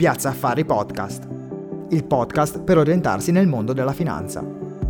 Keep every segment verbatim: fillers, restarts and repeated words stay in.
Piazza Affari Podcast, il podcast per orientarsi nel mondo della finanza.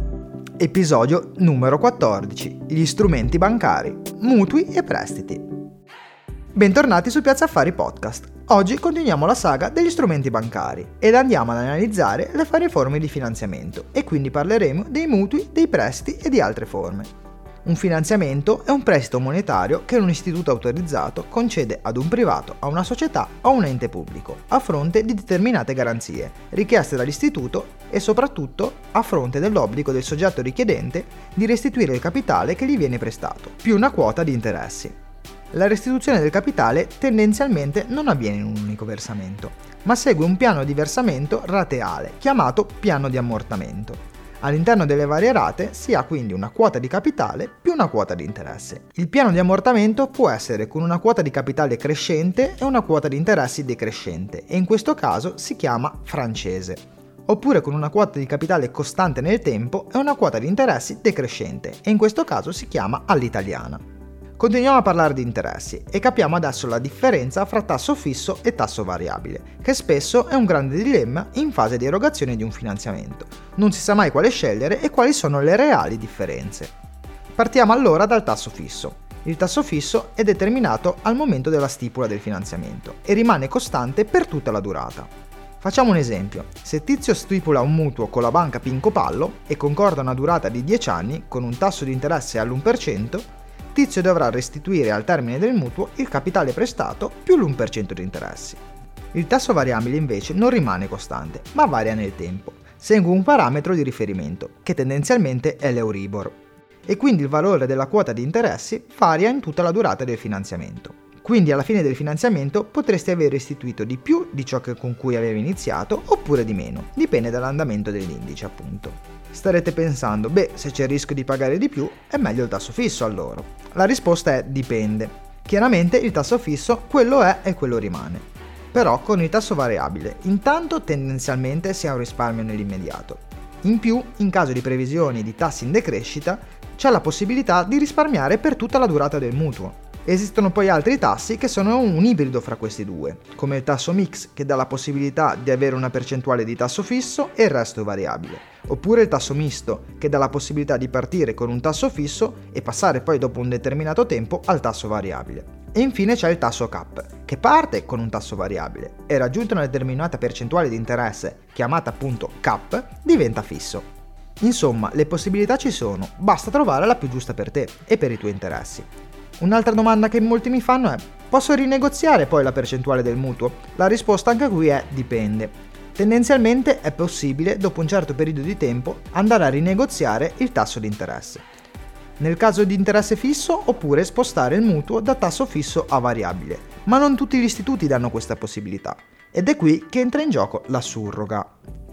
Episodio numero quattordici. Gli strumenti bancari, mutui e prestiti. Bentornati su Piazza Affari Podcast. Oggi continuiamo la saga degli strumenti bancari ed andiamo ad analizzare le varie forme di finanziamento e quindi parleremo dei mutui, dei prestiti e di altre forme. Un finanziamento è un prestito monetario che un istituto autorizzato concede ad un privato, a una società o a un ente pubblico, a fronte di determinate garanzie richieste dall'istituto e soprattutto a fronte dell'obbligo del soggetto richiedente di restituire il capitale che gli viene prestato, più una quota di interessi. La restituzione del capitale tendenzialmente non avviene in un unico versamento, ma segue un piano di versamento rateale, chiamato piano di ammortamento. All'interno delle varie rate si ha quindi una quota di capitale più una quota di interesse. Il piano di ammortamento può essere con una quota di capitale crescente e una quota di interessi decrescente, e in questo caso si chiama francese. Oppure con una quota di capitale costante nel tempo e una quota di interessi decrescente, e in questo caso si chiama all'italiana. Continuiamo a parlare di interessi e capiamo adesso la differenza fra tasso fisso e tasso variabile, che spesso è un grande dilemma in fase di erogazione di un finanziamento. Non si sa mai quale scegliere e quali sono le reali differenze. Partiamo allora dal tasso fisso. Il tasso fisso è determinato al momento della stipula del finanziamento e rimane costante per tutta la durata. Facciamo un esempio. Se Tizio stipula un mutuo con la banca Pinco Pallo e concorda una durata di dieci anni con un tasso di interesse all'uno per cento, Tizio dovrà restituire al termine del mutuo il capitale prestato più l'uno per cento di interessi. Il tasso variabile invece non rimane costante, ma varia nel tempo. Segue un parametro di riferimento, che tendenzialmente è l'Euribor, e quindi il valore della quota di interessi varia in tutta la durata del finanziamento. Quindi alla fine del finanziamento potresti aver restituito di più di ciò che con cui avevi iniziato oppure di meno, dipende dall'andamento dell'indice appunto. Starete pensando, beh, se c'è il rischio di pagare di più, è meglio il tasso fisso allora. La risposta è dipende. Chiaramente il tasso fisso quello è e quello rimane. Però con il tasso variabile, intanto tendenzialmente si ha un risparmio nell'immediato. In più, in caso di previsioni di tassi in decrescita, c'è la possibilità di risparmiare per tutta la durata del mutuo. Esistono poi altri tassi che sono un ibrido fra questi due, come il tasso mix che dà la possibilità di avere una percentuale di tasso fisso e il resto variabile, oppure il tasso misto che dà la possibilità di partire con un tasso fisso e passare poi dopo un determinato tempo al tasso variabile. E infine c'è il tasso cap, che parte con un tasso variabile e raggiunta una determinata percentuale di interesse, chiamata appunto cap, diventa fisso. Insomma, le possibilità ci sono, basta trovare la più giusta per te e per i tuoi interessi. Un'altra domanda che molti mi fanno è: posso rinegoziare poi la percentuale del mutuo? La risposta anche qui è dipende. Tendenzialmente è possibile, dopo un certo periodo di tempo, andare a rinegoziare il tasso di interesse. Nel caso di interesse fisso, oppure spostare il mutuo da tasso fisso a variabile. Ma non tutti gli istituti danno questa possibilità. Ed è qui che entra in gioco la surroga.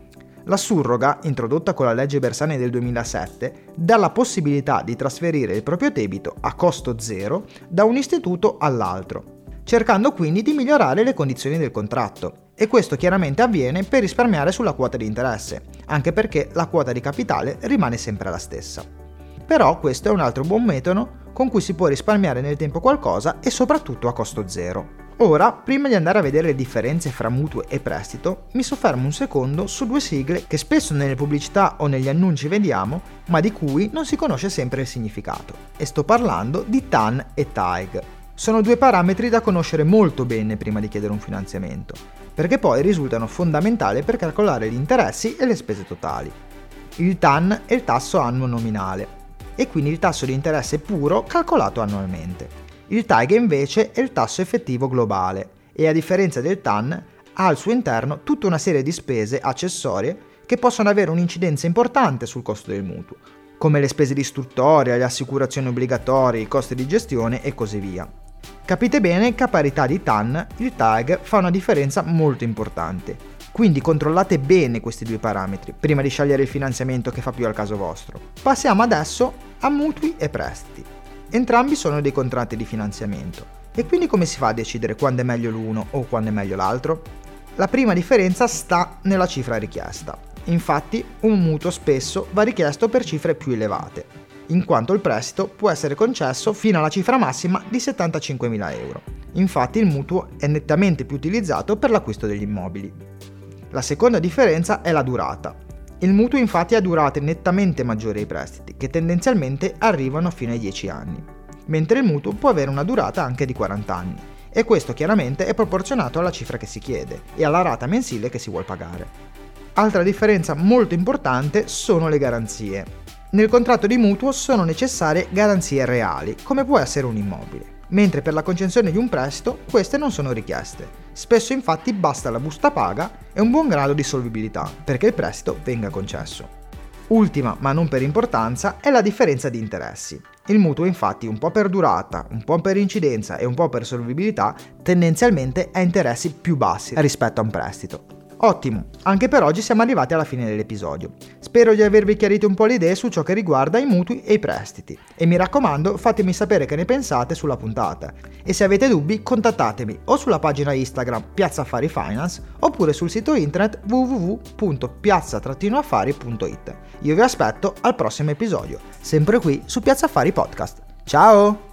La surroga, introdotta con la legge Bersani del duemilasette, dà la possibilità di trasferire il proprio debito a costo zero da un istituto all'altro, cercando quindi di migliorare le condizioni del contratto. E questo chiaramente avviene per risparmiare sulla quota di interesse, anche perché la quota di capitale rimane sempre la stessa. Però questo è un altro buon metodo con cui si può risparmiare nel tempo qualcosa e soprattutto a costo zero. Ora, prima di andare a vedere le differenze fra mutuo e prestito, mi soffermo un secondo su due sigle che spesso nelle pubblicità o negli annunci vediamo, ma di cui non si conosce sempre il significato. E sto parlando di T A N e T A E G. Sono due parametri da conoscere molto bene prima di chiedere un finanziamento, perché poi risultano fondamentali per calcolare gli interessi e le spese totali. Il T A N è il tasso annuo nominale, e quindi il tasso di interesse puro calcolato annualmente. Il T A E G invece è il tasso effettivo globale e, a differenza del T A N, ha al suo interno tutta una serie di spese accessorie che possono avere un'incidenza importante sul costo del mutuo, come le spese di istruttoria, le assicurazioni obbligatorie, i costi di gestione e così via. Capite bene che a parità di T A N il T A E G fa una differenza molto importante, quindi controllate bene questi due parametri prima di scegliere il finanziamento che fa più al caso vostro. Passiamo adesso a mutui e prestiti. Entrambi sono dei contratti di finanziamento. E quindi come si fa a decidere quando è meglio l'uno o quando è meglio l'altro? La prima differenza sta nella cifra richiesta. Infatti, un mutuo spesso va richiesto per cifre più elevate, in quanto il prestito può essere concesso fino alla cifra massima di settantacinquemila euro. Infatti il mutuo è nettamente più utilizzato per l'acquisto degli immobili. La seconda differenza è la durata. Il mutuo infatti ha durate nettamente maggiori ai prestiti, che tendenzialmente arrivano fino ai dieci anni, mentre il mutuo può avere una durata anche di quaranta anni, e questo chiaramente è proporzionato alla cifra che si chiede e alla rata mensile che si vuole pagare. Altra differenza molto importante sono le garanzie. Nel contratto di mutuo sono necessarie garanzie reali, come può essere un immobile, mentre per la concessione di un prestito queste non sono richieste. Spesso infatti basta la busta paga e un buon grado di solvibilità perché il prestito venga concesso. Ultima, ma non per importanza, è la differenza di interessi. Il mutuo infatti un po' per durata, un po' per incidenza e un po' per solvibilità tendenzialmente ha interessi più bassi rispetto a un prestito. Ottimo, anche per oggi siamo arrivati alla fine dell'episodio. Spero di avervi chiarito un po' le idee su ciò che riguarda i mutui e i prestiti. E mi raccomando, fatemi sapere che ne pensate sulla puntata. E se avete dubbi, contattatemi o sulla pagina Instagram Piazza Affari Finance oppure sul sito internet w w w punto piazza affari punto it. Io vi aspetto al prossimo episodio, sempre qui su Piazza Affari Podcast. Ciao!